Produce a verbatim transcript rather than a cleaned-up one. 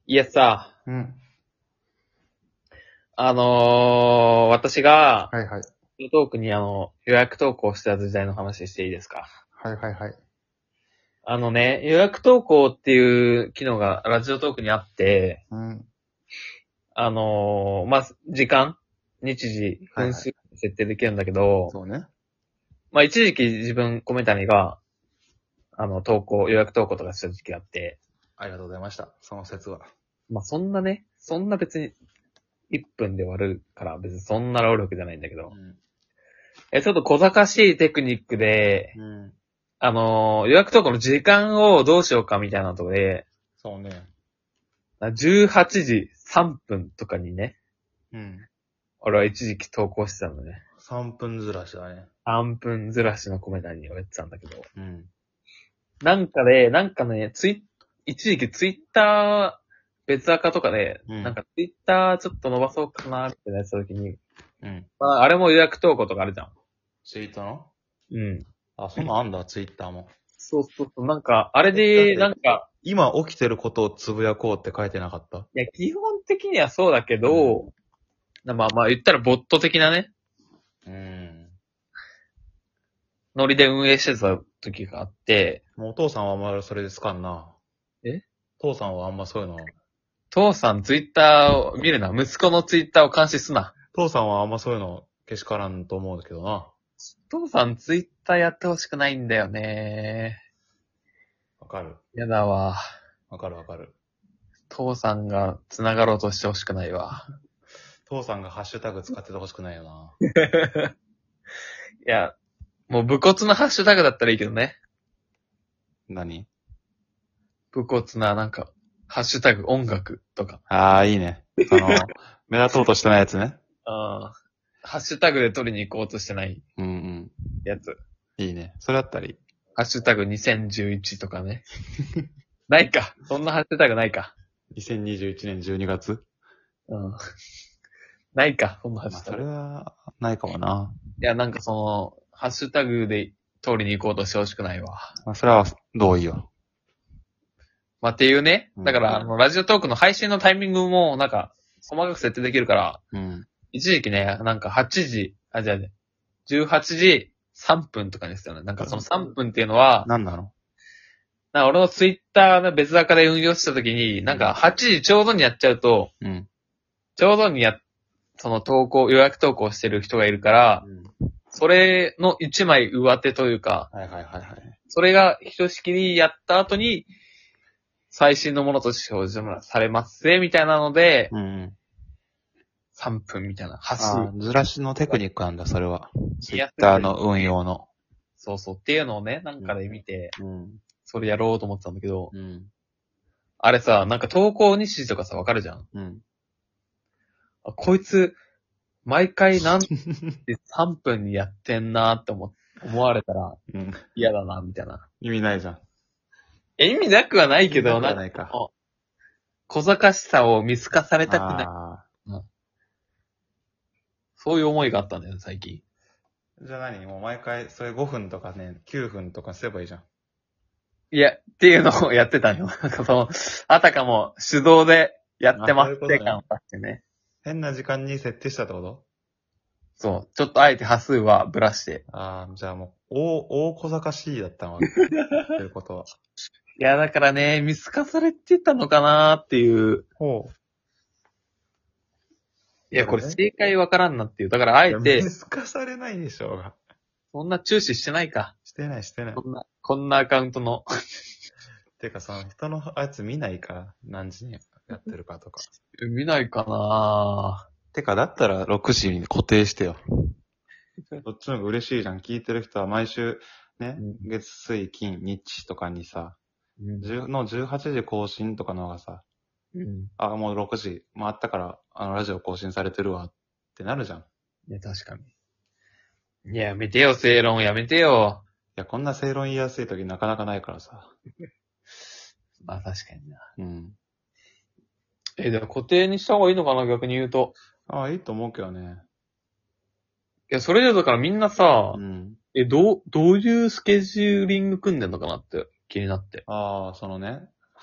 いやさ、 うん。 あのー、私が、 はいはい。 トークにあの、予約投稿してた時代の話していいですか？ はいはいはい。 あのね、予約投稿っていう機能がラジオトークにあって、 うん。 あのー、まあ、時間日時、 はいはい。 分数設定できるんだけど、 そうね。 まあ、一時期自分、コメンタリーが、あの、投稿、予約投稿とかした時期があって、 ありがとうございました。その説は。 まあ、そんなね、そんな別にいっぷんで終わるから、別にそんな労力じゃないんだけど、 ん。 え、ちょっと小賢しいテクニックで、 うん。 あのー、予約投稿の時間をどうしようかみたいなところで、 そうね。 じゅうはちじさんぷんとかにね、 うん。 俺は一時期投稿してたのね。 さんぷんずらしだね。 さんぷんずらしのコメンタにをやってたんだけど、 うん。 なんかで、なんかね、ツイ一時期ツイッター別アカとかで、 うん。 なんかツイッターちょっと伸ばそうかなってやってた時に、 うん。 まあ、あれも予約投稿とかあるじゃん。 ツイートのうん。 あ、そんなんあんだ、ツイッターも。 そうそうそう、なんか、あれえ、だっで、 て、 なんか、 今起きてることをつぶやこうって書いてなかった？ いや、基本的にはそうだけうど、まあまあ言ったらボット的なね、 うん。 ノリで運営してた時があって、 もうお父さんはあんまりそれでつかんな。 え父さんはあんまそういうの。 父さんツイッターを見るな。息子のツイッターを監視すな。 父さんはあんまそういうのけしからんと思うんだけどな。 父さんツイッターやってほしくないんだよね。 わかる。 やだわ。 わかるわかる。 父さんが繋がろうとしてほしくないわ。 父さんがハッシュタグ使っててほしくないよな。 いや、もう武骨なハッシュタグだったらいいけどね。 何？ 武骨な、なんか、ハッシュタグ音楽とか。 ああ、いいね。その、目立とうとしてないやつね。 ああ。ハッシュタグで取りに行こうとしてないうんうん。 やつ。 いいね。それだったらいい。 ハッシュタグにせんじゅういちとかね。ないか。そんなハッシュタグないか。 にせんにじゅういちねんじゅうにがつ。 うん。ないか、そんなハッまあ、 シュタグ。 それは、ないかもな。 いや、なんかその、ハッシュタグで通りに行こうとしてほしくないわ。 まあ、それは、同意よ。 まあ、っていうね。 うんだから、あの、ラジオトークの配信のタイミングも、なんか、細かく設定できるから、 うん。 一時期ね、なんかはちじ、あ、じゃあね、じゅうはちじさんぷんとかにしたよね。なんかそのさんぷんっていうのは、 何なの？ なんか俺のツイッターの別アカで運用した時に、なんかはちじちょうどにやっちゃうと、 うん。 ちょうどにや、その投稿、予約投稿してる人がいるから、 うん。 それのいちまい上手というか、 はいはいはいはい。 それがひとしきりやった後に、最新のものとして表示されますぜ、みたいなので、 うん。 さんぷんみたいな、はちああ、ずらしのテクニックなんだ、それは。ツイッいやターの運用の。 そうそうっていうのをね、なんかで見て、 うん。 それやろうと思ってたんだけど、 うん。 あれさ、なんか投稿日時とかさ、わかるじゃん。 うん。 あ、こいつ、毎回なんでさんぷんにやってんなーって思、思われたらうん。 嫌だな、みたいな。 意味ないじゃん。 え、意味なくはないけど、 意味なくなんか、 はないか。 小賢しさを見透かされたくない。 ああ。 そういう思いがあったんだよね、最近。 じゃあ何もう毎回、それごふんとかね、きゅうふんとかすればいいじゃん。 いや、っていうのをやってたんよ。なんかその、あたかも手動でやってますあそういうことねって感を出してね。 変な時間に設定したってこと？ そう。ちょっとあえて端数はぶらして。 ああ、じゃあもう、大、大小賢しいだったのわけ。ということは。 いや、だからね、見透かされてたのかなーっていう。 ほう。 いや、これ正解わからんなっていう。だからあいや、見えて、 透かされないでしょうが。 そんな注視してないか。 してないしてない。 こんな、こんなアカウントの。 てかその人のやつ見ないから、何時にやってるかとか。 見ないかなてか、だったらろくじに固定してよ。そっちの方が嬉しいじゃん。聞いてる人は毎週、ね、 うん月、水、金、日とかにさ、 うん 10のじゅうはちじ更新とかの方がさ、 うん。 あ、もうろくじ回ったから、あの、ラジオ更新されてるわってなるじゃん。いいや、確かに。いや、やめてよ、正論やめてよ。 や、こんな正論言いやすい時なかなかないからさ。 まあ確かにな。 うん。 え、でも固定にした方がいいのかな、逆に言うと。 ああ、いいと思うけどね。 いや、それでだからみんなさ、 うん。 え、どう、どういうスケジューリング組んでんのかなって気になって。 ああ、そのね、